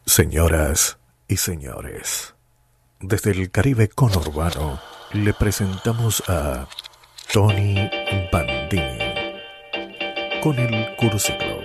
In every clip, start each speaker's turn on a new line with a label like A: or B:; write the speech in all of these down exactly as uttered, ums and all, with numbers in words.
A: Señoras y señores, desde el Caribe conurbano le presentamos a Tony Bandini con el Cursi Club.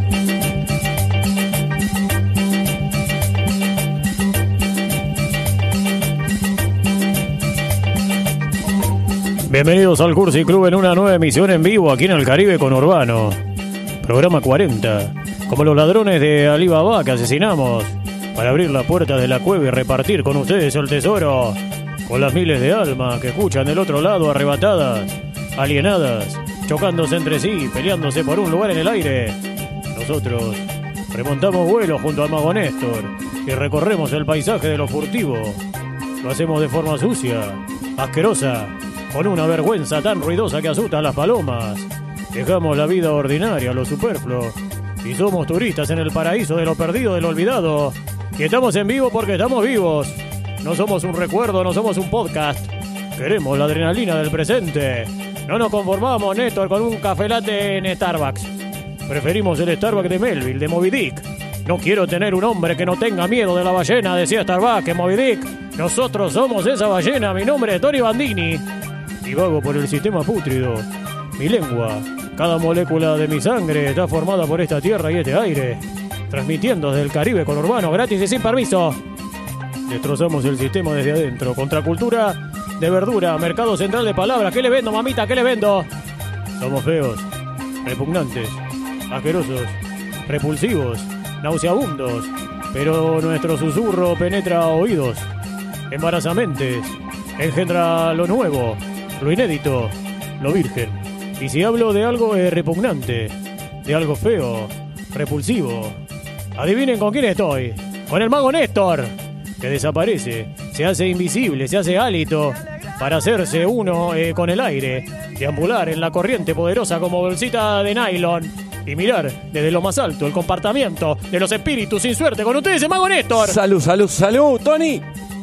B: Bienvenidos al Cursi Club en una nueva emisión en vivo aquí en el Caribe conurbano. Programa cuarenta. Como los ladrones de Alibaba que asesinamos para abrir la puerta de la cueva y repartir con ustedes el tesoro. Con las miles de almas que escuchan del otro lado arrebatadas, alienadas, chocándose entre sí, peleándose por un lugar en el aire. Nosotros remontamos vuelo junto al mago Néstor y recorremos el paisaje de lo furtivo. Lo hacemos de forma sucia, asquerosa, con una vergüenza tan ruidosa que asusta a las palomas. Dejamos la vida ordinaria, lo superfluo, y somos turistas en el paraíso de lo perdido, de lo olvidado. Y estamos en vivo porque estamos vivos. No somos un recuerdo, no somos un podcast. Queremos la adrenalina del presente. No nos conformamos, Néstor, con un café latte en Starbucks. Preferimos el Starbucks de Melville, de Moby Dick. No quiero tener un hombre que no tenga miedo de la ballena, decía Starbucks en Moby Dick. Nosotros somos esa ballena, mi nombre es Tony Bandini. Y vago por el sistema pútrido. Mi lengua, cada molécula de mi sangre está formada por esta tierra y este aire. Transmitiendo desde el Caribe conurbano, gratis y sin permiso. Destrozamos el sistema desde adentro. Contracultura de verdura, mercado central de palabras. ¿Qué le vendo, mamita? ¿Qué le vendo? Somos feos, repugnantes, asquerosos, repulsivos, nauseabundos. Pero nuestro susurro penetra oídos. Embarazamentes, engendra lo nuevo, lo inédito, lo virgen. Y si hablo de algo eh, repugnante, de algo feo, repulsivo, adivinen con quién estoy. Con el mago Néstor, que desaparece, se hace invisible, se hace hálito para hacerse uno eh, con el aire, deambular en la corriente poderosa como bolsita de nylon y mirar desde lo más alto el comportamiento de los espíritus sin suerte. Con ustedes el mago Néstor.
C: Salud, salud, salud, Tony.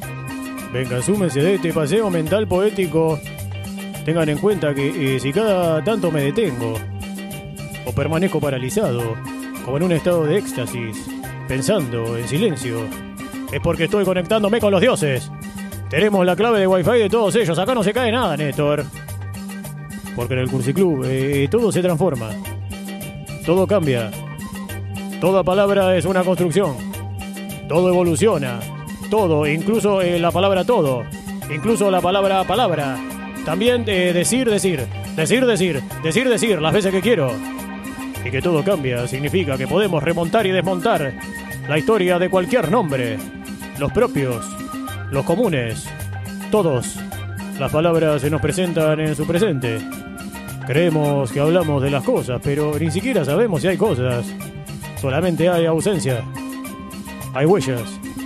B: Venga, súmense de este paseo mental poético. Tengan en cuenta que eh, si cada tanto me detengo o permanezco paralizado, como en un estado de éxtasis, pensando en silencio, es porque estoy conectándome con los dioses. Tenemos la clave de wifi de todos ellos. Acá no se cae nada, Néstor. Porque en el Cursi Club eh, todo se transforma, todo cambia, toda palabra es una construcción, todo evoluciona, todo, incluso eh, la palabra todo, incluso la palabra palabra. También eh, decir, decir, decir, decir, decir, decir, las veces que quiero. Y que todo cambia significa que podemos remontar y desmontar la historia de cualquier nombre. Los propios, los comunes, todos. Las palabras se nos presentan en su presente. Creemos que hablamos de las cosas, pero ni siquiera sabemos si hay cosas. Solamente hay ausencia. Hay huellas.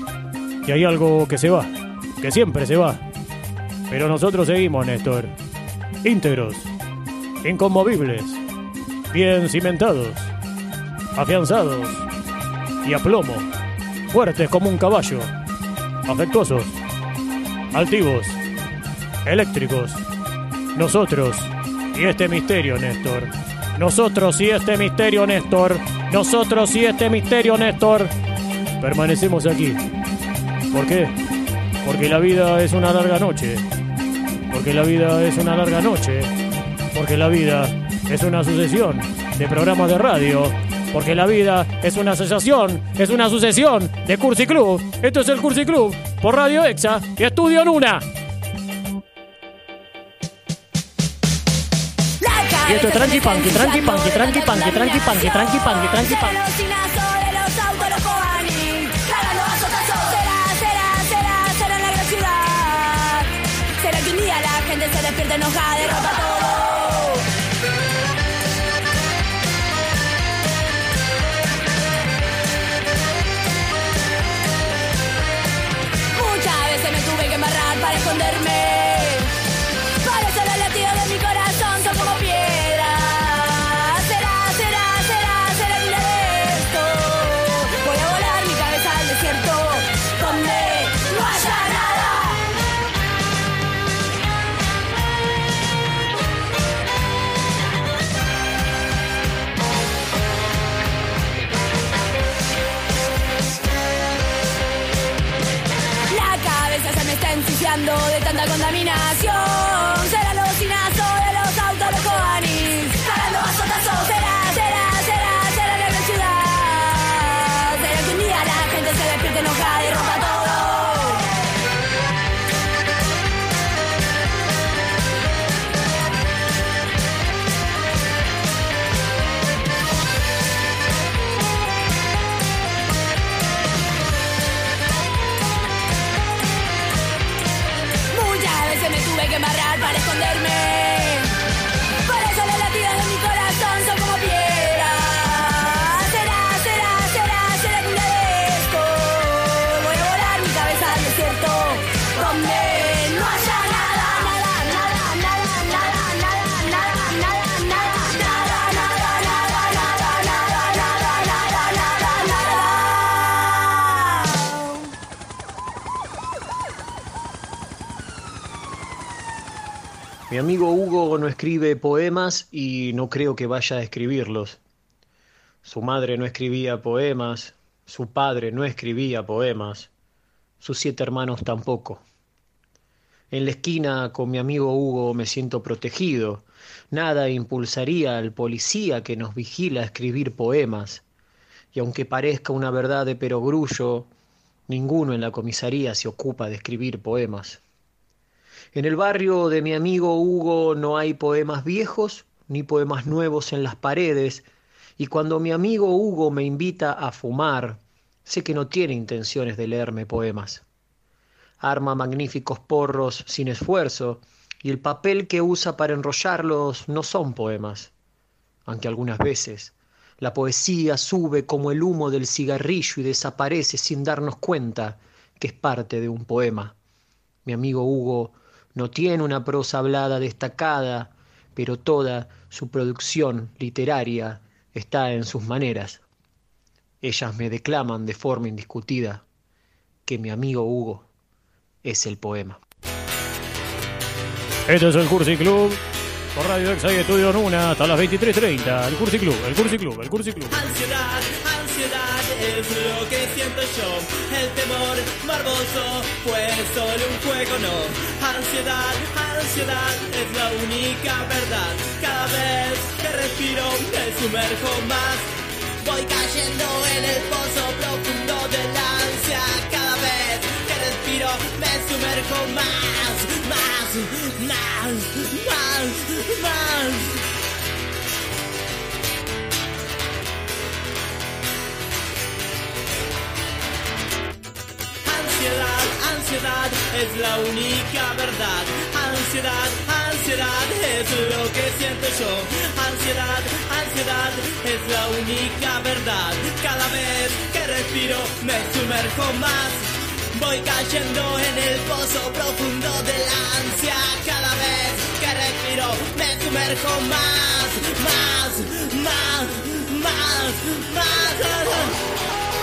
B: Y hay algo que se va, que siempre se va. Pero nosotros seguimos, Néstor, íntegros, inconmovibles, bien cimentados, afianzados y a plomo, fuertes como un caballo, afectuosos, altivos, eléctricos. Nosotros y este misterio, Néstor. Nosotros y este misterio, Néstor. Nosotros y este misterio, Néstor. Permanecemos aquí. ¿Por qué? Porque la vida es una larga noche. Porque la vida es una larga noche. Porque la vida es una sucesión de programas de radio. Porque la vida es una asociación, es una sucesión de Cursi Club. Esto es el Cursi Club por Radio Exa y Estudio Nuna. Y esto es tranqui panqui, tranqui panqui, tranqui panqui, tranqui panqui, tranqui panqui, tranqui panqui.
D: Se despierta enojada, derrota todo. Muchas veces me tuve que amarrar para esconderme. Parece el latido de mi corazón, son como piedra. Será, será, será, será el día de esto. Voy a volar mi cabeza al desierto, donde no haya nada. respirando de tanta contaminación. Será el bocinazo de los autos, los coanis, cagando azotazos. Será, será, será, será la gran ciudad. Será que un día la gente se despierte enojada y rompa todo. Tuve que amarrar para esconderme. Por eso los latidos de mi corazón son como piedra. Será, será, será, será que un día de esto voy a volar mi cabeza al desierto, donde no haya nada, nada, nada, nada, nada, nada, nada, nada, nada, nada, nada, nada, nada, nada, nada, nada, nada.
E: Mi amigo Hugo no escribe poemas y no creo que vaya a escribirlos. Su madre no escribía poemas, su padre no escribía poemas, sus siete hermanos tampoco. En la esquina con mi amigo Hugo me siento protegido. Nada impulsaría al policía que nos vigila a escribir poemas. Y aunque parezca una verdad de perogrullo, ninguno en la comisaría se ocupa de escribir poemas. En el barrio de mi amigo Hugo no hay poemas viejos ni poemas nuevos en las paredes, y cuando mi amigo Hugo me invita a fumar, sé que no tiene intenciones de leerme poemas. Arma magníficos porros sin esfuerzo, y el papel que usa para enrollarlos no son poemas, aunque algunas veces la poesía sube como el humo del cigarrillo y desaparece sin darnos cuenta que es parte de un poema. Mi amigo Hugo no tiene una prosa hablada destacada, pero toda su producción literaria está en sus maneras. Ellas me declaman de forma indiscutida que mi amigo Hugo es el poema.
B: Este es el Cursi Club por Radio Exa y Estudio Nuna hasta las veintitrés treinta. El Cursi Club, el Cursi Club, el Cursi Club.
F: Ansiedad, ansiedad es lo que siento yo. El temor morboso fue solo un juego, no. Ansiedad, ansiedad es la única verdad. Cada vez que respiro me sumerjo más. Voy cayendo en el pozo profundo de la ansia. Cada vez que respiro me sumerjo más, más, más, más, más. Ansiedad, ansiedad es la única verdad. Ansiedad, ansiedad es lo que siento yo. Ansiedad, ansiedad es la única verdad. Cada vez que respiro me sumerjo más. Voy cayendo en el pozo profundo de la ansia. Cada vez que respiro me sumerjo más, más, más, más, más.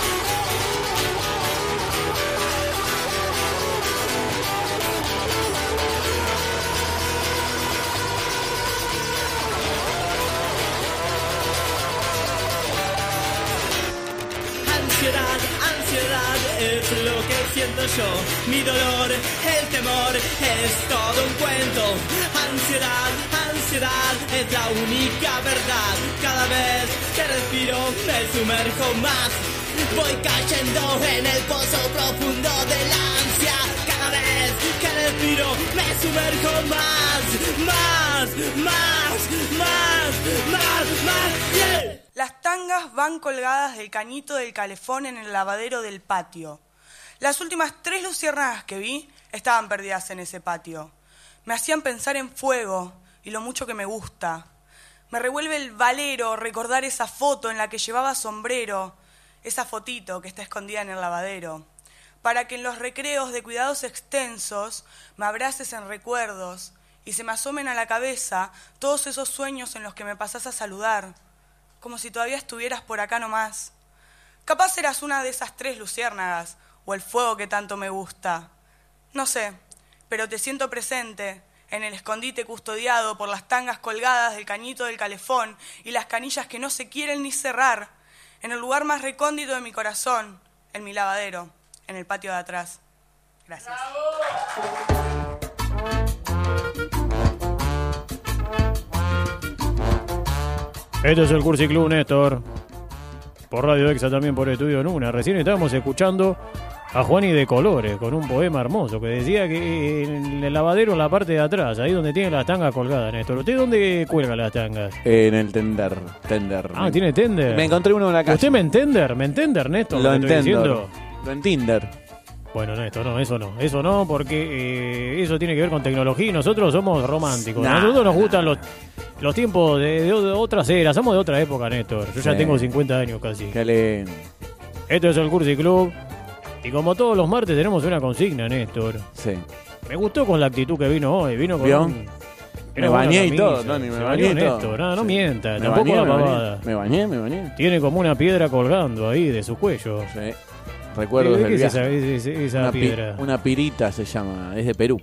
F: Ansiedad, ansiedad es lo que siento yo. Mi dolor, el temor es todo un cuento. Ansiedad, ansiedad es la única verdad. Cada vez que respiro me sumerjo más. Voy cayendo en el pozo profundo de la ansia. Cada vez que respiro me sumerjo más. Más, más, más, más, más. Yeah.
G: Las tangas van colgadas del cañito del calefón en el lavadero del patio. Las últimas tres luciérnagas que vi estaban perdidas en ese patio. Me hacían pensar en fuego y lo mucho que me gusta. Me revuelve el valero recordar esa foto en la que llevaba sombrero, esa fotito que está escondida en el lavadero, para que en los recreos de cuidados extensos me abraces en recuerdos y se me asomen a la cabeza todos esos sueños en los que me pasás a saludar, como si todavía estuvieras por acá nomás. Capaz eras una de esas tres luciérnagas, o el fuego que tanto me gusta. No sé, pero te siento presente, en el escondite custodiado por las tangas colgadas del cañito del calefón y las canillas que no se quieren ni cerrar, en el lugar más recóndito de mi corazón, en mi lavadero, en el patio de atrás. Gracias.
B: Esto es el Cursi Club, Néstor. Por Radio Exa, también por Estudio Nuna. Recién estábamos escuchando a Juani de Colores con un poema hermoso que decía que en el lavadero, en la parte de atrás, ahí donde tiene las tangas colgadas, Néstor. ¿Usted dónde cuelga las tangas?
C: En el tender. tender.
B: Ah, ¿tiene tender?
C: Me encontré uno en la casa.
B: ¿Usted me entender? ¿Me entender, Néstor?
C: Lo
B: que estoy
C: entiendo.
B: diciendo?
C: Lo en Tinder.
B: Bueno, Néstor, no, eso no. Eso no, porque eh, eso tiene que ver con tecnología y nosotros somos románticos.
C: Nah,
B: A nosotros nos
C: nah.
B: gustan los, los tiempos de, de otras eras. Somos de otra época, Néstor. Yo ya
C: Sí.
B: tengo cincuenta años casi.
C: Qué lindo.
B: Esto es el Cursi Club. Y como todos los martes tenemos una consigna, Néstor.
C: Sí.
B: Me gustó con la actitud que vino hoy. Vino con
C: ¿Vio?
B: un-
C: Me
B: Era buena
C: bañé y
B: camisa.
C: todo, Tony, me
B: Se
C: bañé y
B: bañó,
C: todo.
B: Néstor. No, no
C: Sí.
B: mienta.
C: Me
B: Tampoco
C: bañé,
B: la
C: me bañé.
B: pavada.
C: Me bañé, me bañé.
B: Tiene como una piedra colgando ahí de su cuello.
C: Sí. Recuerdos
B: ¿Qué
C: del
B: es
C: viaje.
B: esa, es- es- esa
C: Una, pi-
B: piedra?
C: una pirita se llama, es de Perú.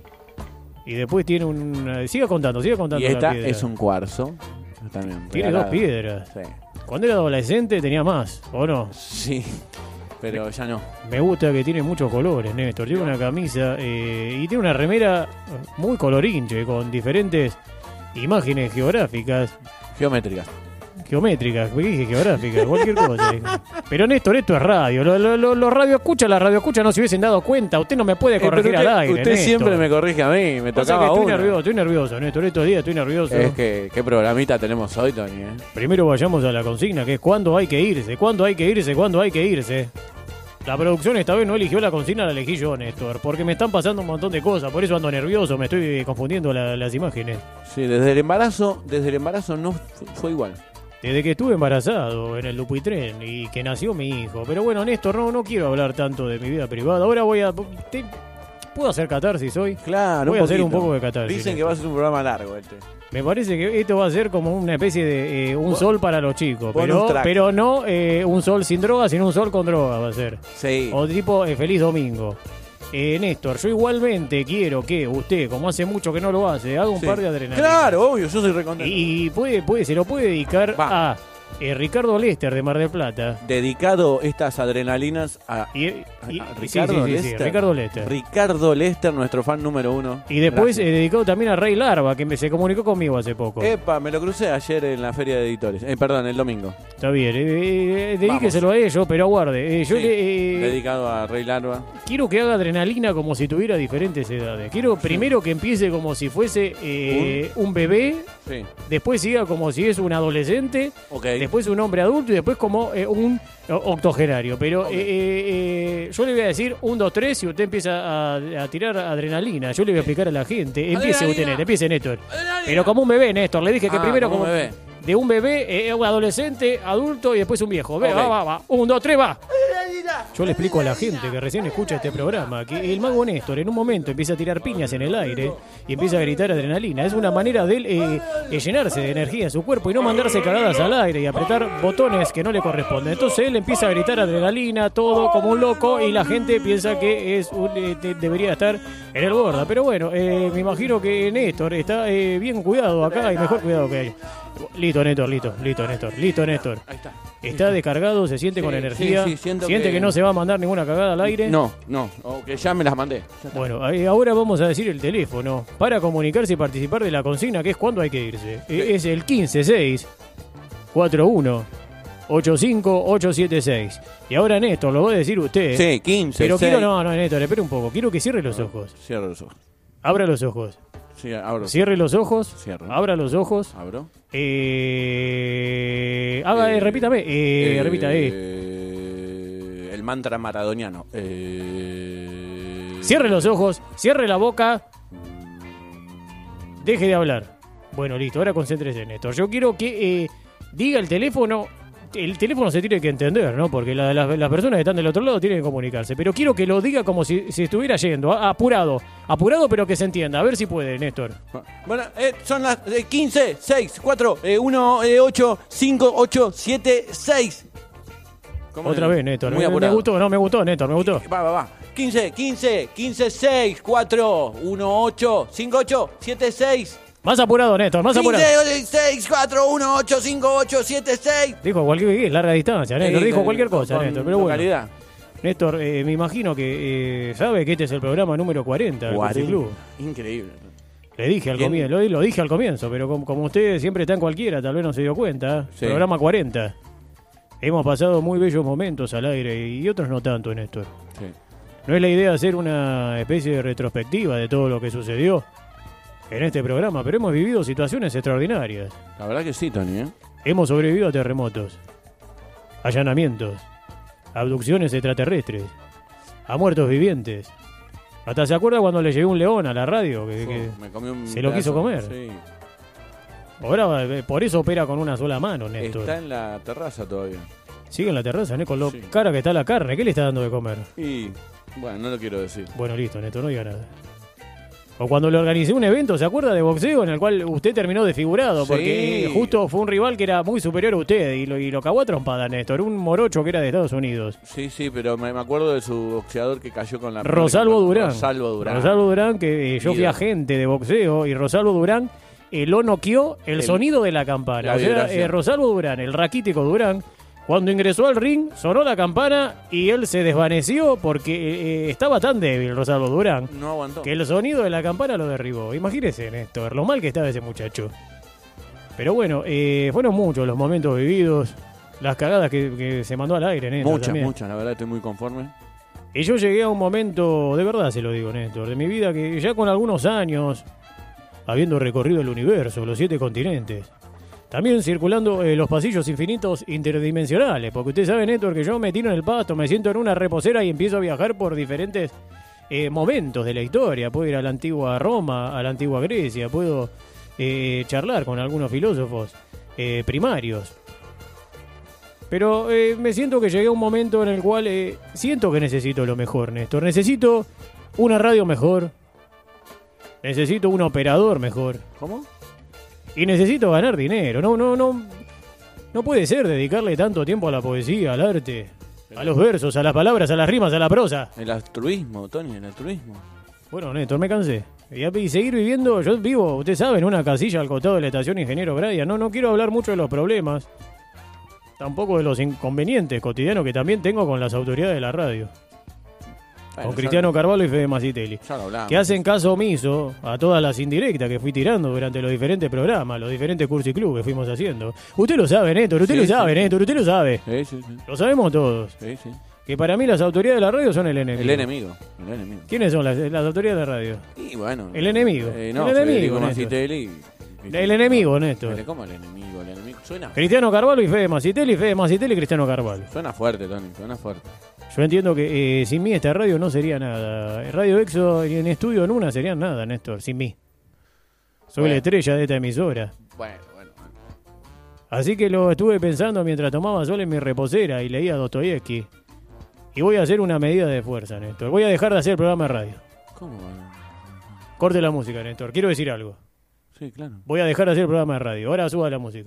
B: Y después tiene un... Siga contando, siga contando
C: Y
B: la
C: esta
B: piedra.
C: es un cuarzo. También,
B: Tiene
C: regalado.
B: dos piedras.
C: Sí.
B: Cuando era adolescente tenía más, ¿o no?
C: Sí. Pero ya no.
B: Me gusta que tiene muchos colores, Néstor. Tiene una camisa eh, y tiene una remera muy colorinche, con diferentes imágenes geográficas,
C: Geométrica.
B: geométricas, ¿qué dije geográficas? Cualquier cosa. Pero Néstor, esto es radio. Los lo, lo, lo radio escucha, la radio escucha no se hubiesen dado cuenta. Usted no me puede
C: Eh, pero
B: corregir
C: usted,
B: al aire,
C: usted
B: Néstor.
C: siempre me corrige a mí, me
B: Pasa
C: tocaba
B: que estoy
C: uno.
B: nervioso, estoy nervioso, Néstor. Estos días estoy nervioso.
C: Es que, ¿qué programita tenemos hoy, Tony? eh?
B: Primero vayamos a la consigna, que es cuándo hay que irse, cuándo hay que irse, cuándo hay que irse. La producción esta vez no eligió la consigna, la elegí yo, Néstor, porque me están pasando un montón de cosas, por eso ando nervioso, me estoy confundiendo la- las imágenes.
C: Sí, desde el embarazo, desde el embarazo no fu- fue igual.
B: Desde que estuve embarazado en el Dupuytren y que nació mi hijo. Pero bueno, Néstor, no, no quiero hablar tanto de mi vida privada. Ahora voy a... te- ¿Puedo hacer catarsis hoy?
C: Claro,
B: Voy a hacer un
C: poquito.
B: poco de catarsis.
C: Dicen que
B: Néstor.
C: va a ser un programa largo este.
B: Me parece que esto va a ser como una especie de eh, un sol para los chicos.
C: pon
B: Pero,
C: un track.
B: pero no eh, un sol sin droga, sino un sol con droga va a ser.
C: Sí.
B: O tipo eh, Feliz Domingo. Eh, Néstor, yo igualmente quiero que usted, como hace mucho que no lo hace, haga un
C: Sí.
B: par de adrenalina.
C: Claro, obvio, yo soy recontento.
B: Y puede, puede, se lo puede dedicar
C: Va.
B: a eh, Ricardo Lester de Mar del Plata.
C: Dedicado estas adrenalinas a,
B: Y, y-
C: a- a
B: y-
C: Ricardo
B: sí, sí, sí, sí,
C: Lester.
B: Ricardo Lester.
C: Ricardo Lester, nuestro fan número uno.
B: Y después eh,
C: Gracias.
B: dedicado también a Rey Larva, que me, se comunicó conmigo hace poco.
C: Epa, me lo crucé ayer en la feria de editores. Eh, perdón, el domingo.
B: Está bien, eh, eh, dedíqueselo a ellos, pero aguarde. Eh, yo
C: Sí,
B: le, eh,
C: dedicado a Rey Larva.
B: quiero que haga adrenalina como si tuviera diferentes edades. Quiero primero que empiece como si fuese eh, un bebé,
C: Sí.
B: después siga como si es un adolescente,
C: Ok.
B: después un hombre adulto y después como eh, un o- octogenario. Pero
C: Ok.
B: eh, eh, eh, yo le voy a decir un, dos, tres y usted empieza a, a tirar adrenalina. Yo le voy a explicar a la gente. Empiece usted, Néstor, empiece Néstor. Pero como un bebé, Néstor. Le dije que
C: Ah,
B: primero
C: como
B: como
C: un bebé.
B: de un bebé, eh, un adolescente, adulto y después un viejo. Ve,
C: Ok.
B: va, va, va. Un, dos, tres, va. Yo le explico a la gente que recién escucha este programa que el mago Néstor en un momento empieza a tirar piñas en el aire y empieza a gritar adrenalina. Es una manera de él eh, eh, llenarse de energía en su cuerpo y no mandarse cagadas al aire y apretar botones que no le corresponden. Entonces él empieza a gritar adrenalina, todo como un loco y la gente piensa que es un, eh, de- debería estar en el borda. Pero bueno, eh, me imagino que Néstor está eh, bien cuidado acá y mejor cuidado que hay. Listo, Néstor, listo, listo, Néstor, listo, Néstor.
C: Ahí está.
B: Está descargado, se siente
C: Sí,
B: con energía.
C: sí, sí, siento
B: siente que...
C: que
B: no se va a mandar ninguna cagada al aire.
C: No, no. O que ya me las mandé. Ya está.
B: Bueno, ahí- ahora vamos a decir el teléfono para comunicarse y participar de la consigna, que es cuándo hay que irse. Eh, Es el quince seis cuarenta y uno ochenta y cinco ochocientos setenta y seis. Y ahora, Néstor, lo va a decir usted.
C: Sí, quince.
B: Pero
C: seis.
B: quiero, no, no, Néstor, espere un poco. Quiero que cierre los ojos.
C: Cierro los ojos.
B: Abra los ojos.
C: Sí, abro.
B: Cierre los ojos.
C: Cierro.
B: Abra los ojos.
C: Abro.
B: Eh, haga, eh, repítame. Eh, repita, eh.
C: Eh, El mantra maradoniano. Eh,
B: Cierre los ojos, cierre la boca, deje de hablar. Bueno, listo, ahora concéntrese, Néstor. Yo quiero que eh, diga el teléfono. El teléfono se tiene que entender, ¿no? Porque la- la- las personas que están del otro lado tienen que comunicarse. Pero quiero que lo diga como si, si estuviera yendo, a- apurado. Apurado, pero que se entienda. A ver si puede, Néstor.
C: Bueno, eh, son las eh, quince, seis, cuatro, uno, ocho, cinco, ocho, siete, seis. ¿Cómo
B: Otra
C: le-
B: vez, Néstor.
C: Muy
B: Me, me
C: apurado.
B: gustó, no, me gustó, Néstor, me gustó.
C: Va, va, va. quince, quince, quince, seis, cuatro, uno, ocho, cinco, ocho, siete, seis.
B: Más apurado, Néstor, más apurado.
C: quince, seis, cuatro, uno, ocho, cinco, ocho, siete, seis.
B: Dijo cualquier larga distancia, Néstor.
C: Sí,
B: Dijo
C: con-
B: cualquier cosa,
C: con
B: Néstor. Pero bueno.
C: localidad.
B: Néstor, eh, me imagino que eh, sabe que este es el programa número cuarenta del
C: cuarenta.
B: Club.
C: Increíble.
B: Le dije al
C: ¿Quién?
B: comienzo, lo, lo dije al comienzo, pero como, como usted siempre está en cualquiera, tal vez no se dio cuenta. ¿eh?
C: Sí.
B: Programa cuarenta. Hemos pasado muy bellos momentos al aire y otros no tanto, Néstor.
C: Sí.
B: No es la idea hacer una especie de retrospectiva de todo lo que sucedió en este programa, pero hemos vivido situaciones extraordinarias.
C: La verdad que sí, Tony, ¿eh?
B: Hemos sobrevivido a terremotos, allanamientos, abducciones extraterrestres, a muertos vivientes. Hasta se acuerda cuando le llevé un león a la radio, que, que
C: Me comí un
B: se lo
C: pedazo.
B: quiso comer.
C: Sí.
B: Ahora, eh, por eso opera con una sola mano, Néstor.
C: Está en la terraza todavía.
B: Sigue en la terraza, ¿no? Con lo
C: Sí.
B: cara que está la carne. ¿Qué le está dando de comer?
C: Y, bueno, no lo quiero decir.
B: Bueno, listo, Néstor, no diga nada. O cuando le organicé un evento, ¿se acuerda de boxeo en el cual usted terminó desfigurado? Porque
C: Sí.
B: justo fue un rival que era muy superior a usted y lo, y lo cagó a trompada, Néstor. Un morocho que era de Estados Unidos.
C: Sí, sí, pero me, me acuerdo de su boxeador que cayó con la...
B: Rosalvo Durán.
C: Rosalvo Durán.
B: Rosalvo Durán, que eh, yo fui
C: Ídolo.
B: agente de boxeo y Rosalvo Durán eh, lo noqueó el,
C: El-
B: sonido de la campana.
C: la
B: O sea,
C: vibración.
B: eh, Rosalvo Durán, el raquítico Durán, cuando ingresó al ring, sonó la campana y él se desvaneció porque eh, eh, estaba tan débil Rosalvo Durán
C: No aguantó.
B: que el sonido de la campana lo derribó. Imagínese, Néstor, lo mal que estaba ese muchacho. Pero bueno, eh, fueron muchos los momentos vividos, las cagadas que, que se mandó al aire, Néstor.
C: Muchas,
B: también.
C: muchas, la verdad estoy muy conforme.
B: Y yo llegué a un momento, de verdad se lo digo, Néstor, de mi vida que ya con algunos años, habiendo recorrido el universo, los siete continentes, también circulando eh, los pasillos infinitos interdimensionales, porque usted sabe, Néstor, que yo me tiro en el pasto, me siento en una reposera y empiezo a viajar por diferentes eh, momentos de la historia. Puedo ir a la antigua Roma, a la antigua Grecia, puedo eh, charlar con algunos filósofos eh, primarios. Pero eh, me siento que llegué a un momento en el cual eh, siento que necesito lo mejor, Néstor. Necesito una radio mejor. Necesito un operador mejor.
C: ¿Cómo?
B: Y necesito ganar dinero. No, no, no. No puede ser dedicarle tanto tiempo a la poesía, al arte, a los versos, a las palabras, a las rimas, a la prosa.
C: El altruismo, Tony, el altruismo.
B: Bueno, Néstor, me cansé. Y, a- y seguir viviendo, yo vivo, usted sabe, en una casilla al costado de la estación Ingeniero Bryan. No, no quiero hablar mucho de los problemas. Tampoco de los inconvenientes cotidianos que también tengo con las autoridades de la radio.
C: Bueno,
B: Con
C: ya-
B: Cristiano Carvalho y Fede Macitelli.
C: Ya lo hablamos.
B: Que hacen caso omiso a todas las indirectas que fui tirando durante los diferentes programas, los diferentes cursos y clubes que fuimos haciendo. Usted lo sabe, Néstor, usted
C: Sí,
B: lo sabe,
C: sí.
B: Néstor, usted lo sabe.
C: Sí, sí, sí.
B: Lo sabemos todos.
C: Sí, sí.
B: Que para mí las autoridades de la radio son el enemigo.
C: El enemigo. El enemigo.
B: ¿Quiénes son las, las autoridades de la radio?
C: Y bueno.
B: El enemigo.
C: Eh, no,
B: El enemigo,
C: Federico
B: Néstor.
C: Macitelli.
B: El enemigo, Néstor.
C: Pero ¿cómo el enemigo? El enemigo. Suena,
B: Cristiano Carvalho y Fede Macitelli, Fede Macitelli y Cristiano Carvalho.
C: suena fuerte, Tony. Suena fuerte.
B: Yo entiendo que eh, sin mí esta radio no sería nada. Radio Exo y en estudio en una serían nada, Néstor, sin mí. Soy
C: Bueno.
B: la estrella de esta emisora.
C: Bueno, bueno, bueno.
B: Así que lo estuve pensando mientras tomaba sol en mi reposera y leía Dostoyevsky. Y voy a hacer una medida de fuerza, Néstor. Voy a dejar de hacer el programa de radio.
C: ¿Cómo?
B: Corte la música, Néstor. Quiero decir algo.
C: Sí, claro.
B: Voy a dejar de hacer el programa de radio. Ahora suba la música.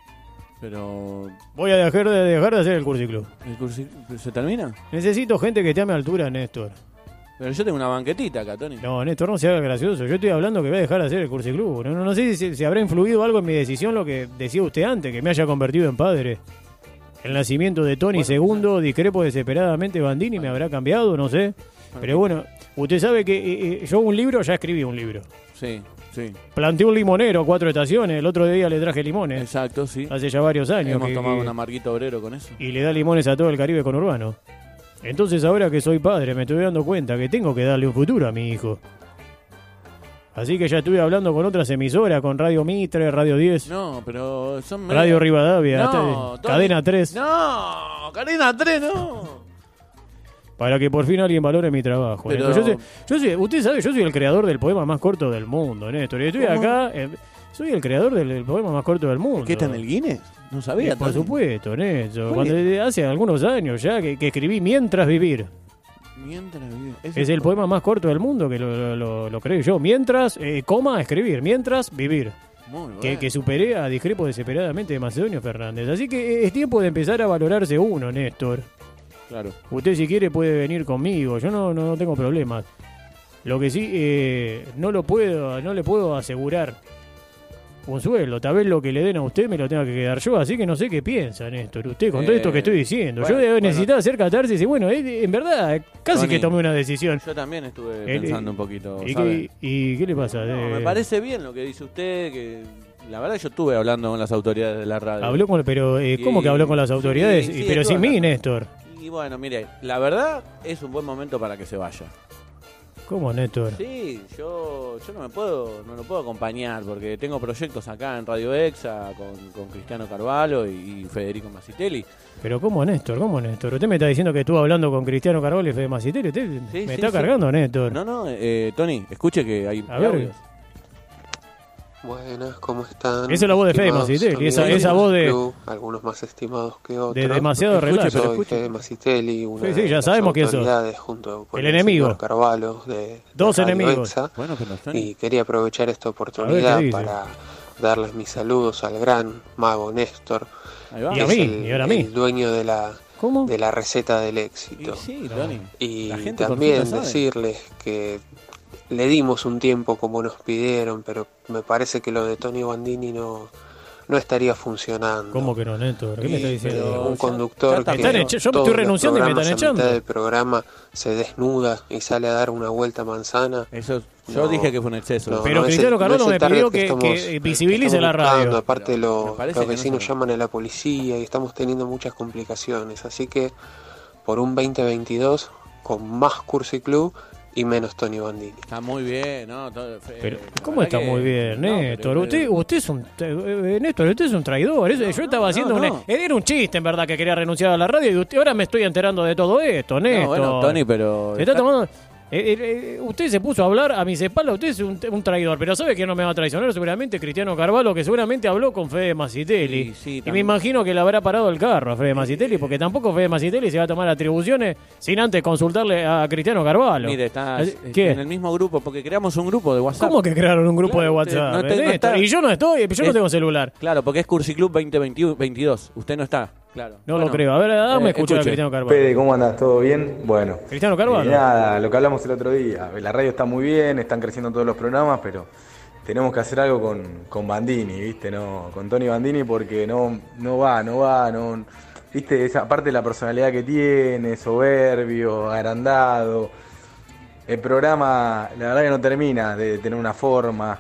C: Pero.
B: Voy a dejar de, dejar de hacer el Cursiclub.
C: ¿El cursi- ¿Se termina?
B: Necesito gente que esté a mi altura, Néstor.
C: Pero yo tengo una banquetita acá, Tony.
B: No, Néstor, no se haga gracioso. Yo estoy hablando que voy a dejar de hacer el Cursiclub. No, no, no sé si, si habrá influido algo en mi decisión lo que decía usted antes, que me haya convertido en padre. El nacimiento de Tony
C: Bueno,
B: segundo, discrepo desesperadamente, Bandini me habrá cambiado, no sé. Pero bueno, usted sabe que eh, eh, yo un libro, ya escribí un libro.
C: Sí, sí.
B: Planté un limonero, cuatro estaciones, el otro día le traje limones.
C: Exacto, sí.
B: Hace ya varios años.
C: Hemos
B: que-
C: tomado
B: que-
C: una marquita obrero con eso.
B: y le da limones a todo el Caribe conurbano. Entonces ahora que soy padre me estoy dando cuenta que tengo que darle un futuro a mi hijo. Así que ya estuve hablando con otras emisoras, con Radio Mitre, Radio diez,
C: No, pero son...
B: Radio Rivadavia,
C: No,
B: hasta-
C: Tony.
B: Cadena tres,
C: No, Cadena tres, no.
B: para que por fin alguien valore mi trabajo.
C: Pero-
B: Néstor. Yo soy, yo soy- usted sabe, yo soy el creador del poema más corto del mundo, Néstor. Y estoy
C: ¿Cómo?
B: acá, eh, soy el creador del, del poema más corto del mundo.
C: ¿Qué está en el Guinness? No sabía.
B: Eh, por
C: Tony.
B: supuesto, Néstor.
C: ¿Cuál
B: Cuando, hace algunos años ya que, que escribí Mientras Vivir.
C: Mientras vivía. Ese
B: Es el poema más corto del mundo, que lo, lo, lo- lo creé yo. Mientras, eh, coma, escribir. Mientras, vivir.
C: Muy bueno.
B: Que, que superé a Discrepo desesperadamente de Macedonio Fernández. Así que eh, es tiempo de empezar a valorarse uno, Néstor.
C: Claro.
B: Usted si quiere puede venir conmigo. Yo no, no, no tengo problemas. Lo que sí, eh, no lo puedo, no le puedo asegurar un sueldo. Tal vez lo que le den a usted me lo tenga que quedar yo, así que no sé qué piensa, Néstor, usted con todo
C: Eh,
B: esto que estoy diciendo.
C: bueno,
B: yo
C: bueno.
B: necesitaba hacer catarsis y bueno, eh, en verdad, casi
C: Tony,
B: que tomé una decisión.
C: Yo también estuve
B: El-
C: pensando un poquito,
B: ¿Y
C: ¿sabe?
B: qué, ¿Y qué le pasa?
C: No,
B: Eh,
C: me parece bien lo que dice usted, que la verdad yo estuve hablando con las autoridades de la radio.
B: Habló con, pero, eh, ¿cómo
C: Y-
B: que habló con las
C: sí,
B: autoridades?
C: sí,
B: Y- pero
C: estuve
B: sin mí,
C: hablando.
B: Néstor.
C: Y bueno, mire, la verdad es un buen momento para que se vaya.
B: ¿Cómo, Néstor?
C: Sí, yo, yo no me puedo, no lo puedo acompañar porque tengo proyectos acá en Radio Exa con, con Cristiano Carvalho y, y Federico Masitelli.
B: Pero ¿cómo, Néstor? ¿Cómo, Néstor? Usted me está diciendo que estuvo hablando con Cristiano Carvalho y Fede Masitelli. Usted
C: Sí,
B: me
C: sí,
B: está
C: sí.
B: cargando, Néstor.
C: No, no, eh, Tony, escuche que hay
B: A ver.
C: audios.
H: Buenas, ¿cómo están?
B: Esa es la voz de Fede
H: Estimados
B: Masitelli, esa-
H: amigos
B: esa
H: del
B: voz de-
H: club, algunos más estimados que otros.
B: de demasiado
C: Escuche,
B: relato.
C: pero
H: Soy
C: escuche.
H: Fede Masitelli, una
B: Sí, sí,
H: de
B: ya
H: las
B: sabemos quién sos.
H: autoridades junto con
B: El enemigo.
H: señor Carvalho de, de
B: Dos
H: Radio
B: enemigos.
H: Exa,
C: Bueno, pero Tony,
H: y quería aprovechar esta
B: A ver,
H: oportunidad
B: ¿qué dice?
H: para darles mis saludos al gran mago Néstor,
C: ahí va.
B: Y
H: que
B: a
H: es
B: mí,
H: el,
B: y ahora a mí.
H: el dueño de la,
B: ¿Cómo?
H: de la receta del
C: Y
H: éxito.
C: sí, Tony.
H: Y
C: La gente por
H: también
C: fin lo sabe.
H: decirles que le dimos un tiempo como nos pidieron, pero me parece que lo de Tony Bandini no, no estaría funcionando.
B: ¿Cómo que no, Néstor? ¿Qué me está
H: Eh,
B: diciendo?
H: un
C: ya-
H: conductor
C: ya está
H: que
B: Están echa- yo me
H: todos
B: estoy
H: los
B: renunciando y me
H: programas
B: están
H: a mitad
B: echando.
H: del programa se desnuda y sale a dar una vuelta manzana.
C: Eso, yo
H: No,
C: dije que fue un exceso.
H: no,
B: Pero
H: no es
B: Cristiano
H: el- no
B: Carvalho
H: es el
B: me
H: target
B: pidió que-
H: estamos-
B: que visibilice
H: estamos
B: la radio.
H: buscando. Aparte
C: Pero
H: lo-
C: me parece
H: los
C: que no
H: vecinos
C: se-
H: llaman a la policía y estamos teniendo muchas complicaciones. Así que por un veinte veintidós con más Cursi Club y menos Tony Bandini.
C: Está muy bien, ¿no? Todo- fe-
B: Pero,
C: la
B: ¿cómo
C: verdad
B: está
C: que-
B: muy bien,
C: no,
B: Néstor?
C: pero-
B: usted, usted es un... eh, Néstor, usted es un traidor. Eso- yo estaba
C: no,
B: haciendo
C: no.
B: un... Era un chiste, en verdad, que quería renunciar a la radio y usted, ahora me estoy enterando de todo esto, Néstor.
C: No, bueno, Tony, pero...
B: Se está tomando... eh, eh, eh, usted se puso a hablar a mis espaldas, usted es un, un traidor, pero ¿sabe quién no me va a traicionar? Seguramente Cristiano Carvalho, que seguramente habló con Fede Masitelli.
C: Sí, sí,
B: y me
C: también.
B: imagino que le habrá parado el carro a Fede Masitelli, porque tampoco Fede Masitelli se va a tomar atribuciones sin antes consultarle a Cristiano Carvalho.
C: Mire, está
B: Así-
C: está
B: ¿Qué?
C: en el mismo grupo, porque creamos un grupo de WhatsApp.
B: ¿Cómo que crearon un grupo
C: Claro,
B: de
C: usted
B: WhatsApp?
C: no te- no
B: Néstor?
C: está-
B: y yo no estoy, yo no
C: Es-
B: tengo celular.
C: Claro, porque es Cursi Club veinte veintidós. Usted no está, claro.
B: No
C: Bueno,
B: lo creo. A ver, dame
C: eh,
B: escuchar a
C: escuche.
B: Cristiano Carvalho.
I: Fede, ¿cómo andas? ¿Todo bien? Bueno.
B: Cristiano Carvalho.
I: Y nada, lo que hablamos el otro día. La radio está muy bien, están creciendo todos los programas, pero tenemos que hacer algo con, con Bandini, ¿viste? No, con Tony Bandini, porque no, no va, no va, no. ¿Viste? Esa parte de la personalidad que tiene, soberbio, agrandado. El programa, la verdad que no termina de tener una forma.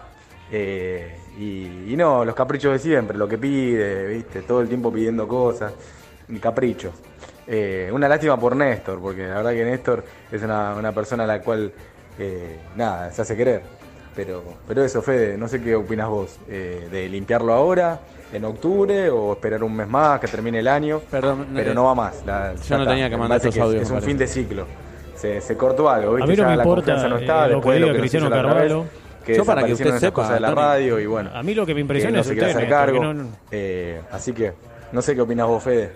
I: eh, y, y no, los caprichos de siempre, lo que pide, ¿viste? Todo el tiempo pidiendo cosas. Caprichos. Eh, una lástima por Néstor, porque la verdad que Néstor es una, una persona a la cual, eh, nada, se hace querer. Pero, pero eso, Fede, no sé qué opinas vos, eh, de limpiarlo ahora, en octubre, o esperar un mes más, que termine el año.
C: Perdón,
I: pero
C: eh,
I: no va más. La-
C: yo
I: ya
C: no
I: está.
C: tenía que
I: Me
C: mandar
I: parece
C: esos audios,
I: Es, es
C: me
I: un
C: parece.
I: fin de ciclo. Se, se cortó algo, ¿viste?
B: A mí no
I: ya
B: me
I: la
B: importa,
I: confianza no
B: eh,
I: está,
B: lo
I: después
B: que
I: de lo
B: diga
I: que nos
B: Cristiano
I: hizo la otra vez,
B: Carvalho.
I: que
C: Yo para que
I: desaparecieron
C: usted
I: esas cosas
C: sepa,
I: de la
C: Tony,
I: radio y bueno.
B: A mí lo que me
I: que
B: impresiona
I: no
B: es
I: se
B: usted,
I: quiere hacer
B: Néstor,
I: cargo.
B: que no- no-
I: Eh, así que no sé qué opinas vos, Fede.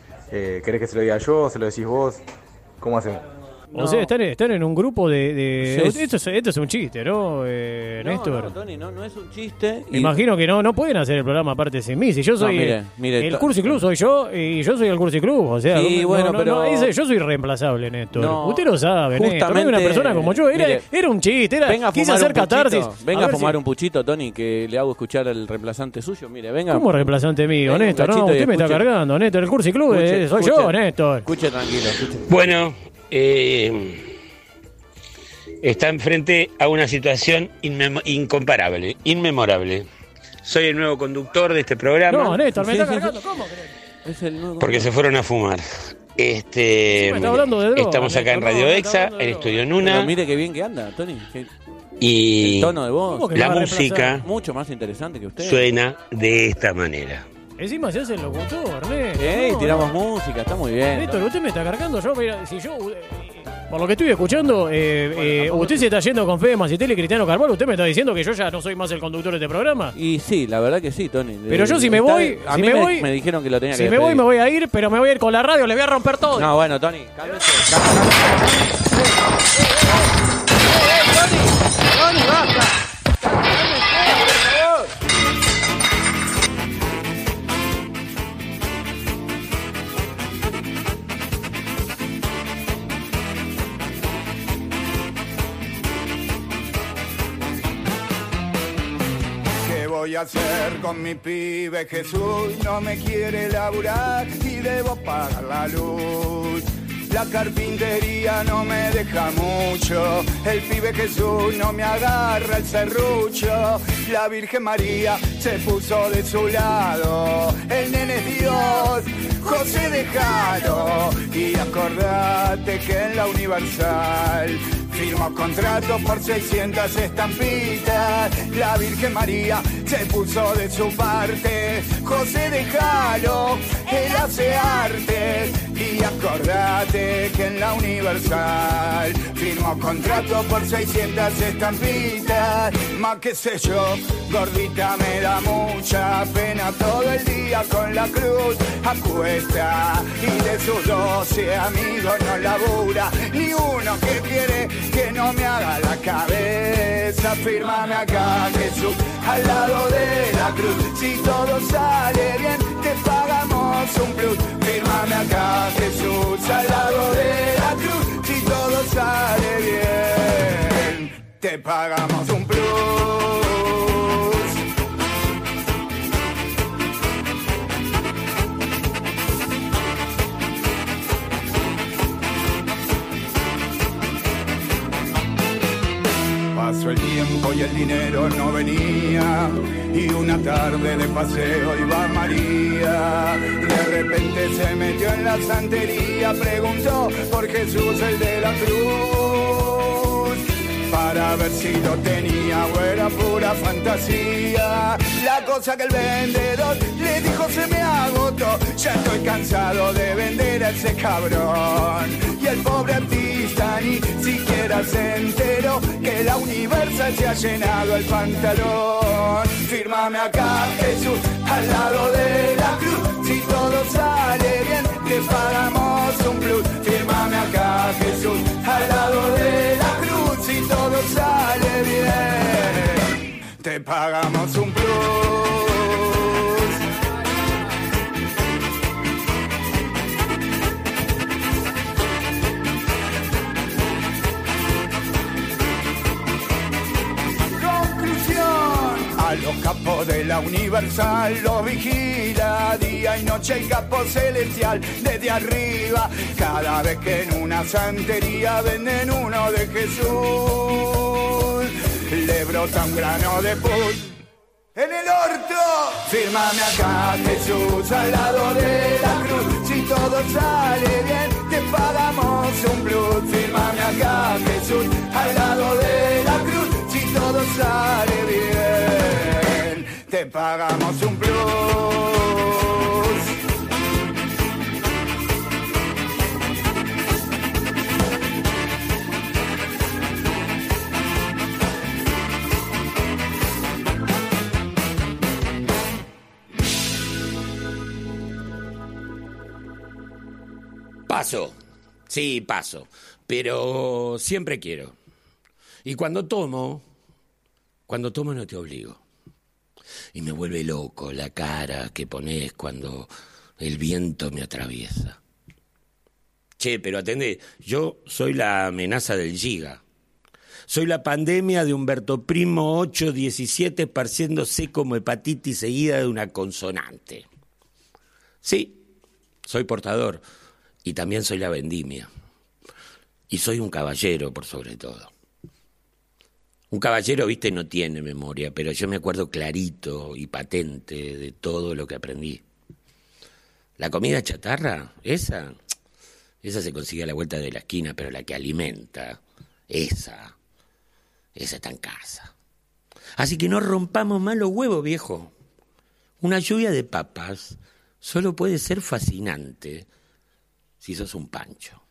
I: Eh, ¿Querés que se lo diga yo? ¿Se lo decís vos? ¿Cómo hacemos?
B: O sea, están, están en un grupo de... de-
C: Sí.
B: esto, es, esto es un chiste, ¿no, eh,
C: No,
B: Néstor?
C: no, Tony, no, no es un chiste.
B: Me
C: y-
B: imagino que no no pueden hacer el programa aparte sin mí. Si yo soy
C: mire,
B: eh,
C: mire,
B: el
C: to-
B: Cursi Club, soy yo y yo soy el Cursi Club. O sea,
C: Sí,
B: no,
C: bueno,
B: no,
C: pero-
B: no, ese- yo soy reemplazable, Néstor.
C: No,
B: Usted lo sabe, Néstor. No hay una
C: justamente,
B: persona como yo. Era,
C: mire,
B: era un chiste, era,
C: Venga a
B: quise
C: fumar
B: hacer
C: un puchito,
B: catarsis.
C: venga a,
B: ver
C: fumar
B: si-
C: un puchito, Tony, que le hago escuchar al reemplazante suyo. Mire, venga.
B: ¿Cómo reemplazante mío,
C: Venga, un
B: Néstor? No,
C: cachito y
B: usted me está
C: escuche.
B: cargando, Néstor. El Cursi Club
C: Escuche,
B: eh, soy
C: escuche.
B: yo, Néstor.
C: Escuche tranquilo, escuche.
J: Bueno, eh, está enfrente a una situación inmem- incomparable, inmemorable. Soy el nuevo conductor de este programa
B: No, Néstor, me
C: Sí,
B: está
C: sí,
B: cargando. ¿Cómo crees?
C: Es el nuevo.
J: porque se fueron a fumar. Este,
B: Sí, me está hablando de droga,
J: estamos acá en
B: Néstor,
J: Radio
B: no, me está
J: Exa,
B: hablando de
J: en
B: droga.
J: Estudio
C: Pero
J: Nuna,
C: mire qué bien que anda, Tony. Que-
J: y
C: El tono de voz.
B: ¿Cómo que
J: la
B: me va a reemplazar?
J: música
C: Mucho más interesante que usted.
J: suena de esta manera.
B: Encima se hace el locutor, Néstor.
C: Ey,
B: No,
C: tiramos
B: no.
C: música, está muy bien.
B: Néstor, usted me está cargando. Yo, mira, si yo. eh, por lo que estoy escuchando, eh, eh, usted se está yendo con Fede Masitelli y Cristiano Carvalho. Usted me está diciendo que yo ya no soy más el conductor de este programa.
C: Y sí, la verdad que sí, Tony.
B: Pero yo si me
C: Está-
B: voy-
C: a
B: si
C: mí
B: me
C: me,
B: voy-
C: me dijeron que lo tenía
B: Si
C: que
B: me voy,
C: despedir.
B: me voy a ir, pero me voy a ir con la radio. Le voy a romper todo.
C: No, bueno, Tony, cálmese. cálmese. Tony, basta. Cálmese, por favor.
K: Qué voy a hacer con mi pibe? Jesús no me quiere laburar y debo pagar la luz. La carpintería no me deja mucho, el pibe Jesús no me agarra el serrucho. La Virgen María se puso de su lado, el nene es Dios, José déjalo. Y acordate que en la Universal firmó contrato por seiscientas estampitas. La Virgen María se puso de su parte, José déjalo, él hace arte. Y acordate que en la Universal firmó contrato por seiscientas estampitas. Más que sé yo, gordita me da mucha pena todo el día con la cruz a cuesta. Y de sus doce amigos no labura ni uno que quiere que no me haga la cabeza. Fírmame acá, Jesús, al lado de la cruz. Si todo sale bien, te pagamos un plus. Fírmame acá, Jesús, al lado de la cruz. Si todo sale bien, te pagamos un plus. Pasó el tiempo y el dinero no venía, y una tarde de paseo iba María. De repente se metió en la santería, preguntó por Jesús el de la cruz, para ver si lo tenía o era pura fantasía. La cosa que el vendedor le dijo se me agotó, ya estoy cansado de vender a ese cabrón. Y el pobre artista ni siquiera se enteró que la Universal se ha llenado el pantalón. Fírmame acá, Jesús, al lado de la cruz. Si todo sale bien, te pagamos un plus. Fírmame acá, Jesús, al lado de la cruz. Si todo sale bien, te pagamos un plus. A los capos de la Universal los vigila día y noche el capo celestial desde arriba. Cada vez que en una santería venden uno de Jesús, le brota un grano de pus en el orto. Fírmame acá, Jesús, al lado de la cruz. Si todo sale bien, te pagamos un plus. Fírmame acá, Jesús, al lado de la cruz. Si todo sale bien, te pagamos un plus.
J: Paso, sí, paso, pero siempre quiero. Y cuando tomo, cuando tomo no te obligo. Y me vuelve loco la cara que pones cuando el viento me atraviesa. Che, pero atendé, yo soy la amenaza del Giga. Soy la pandemia de Humberto Primo ocho diecisiete esparciéndose como hepatitis seguida de una consonante. Sí, soy portador y también soy la vendimia. Y soy un caballero por sobre todo. Un caballero, viste, no tiene memoria, pero yo me acuerdo clarito y patente de todo lo que aprendí. La comida chatarra, esa, esa se consigue a la vuelta de la esquina, pero la que alimenta, esa, esa está en casa. Así que no rompamos más los huevos, viejo. Una lluvia de papas solo puede ser fascinante si sos un pancho.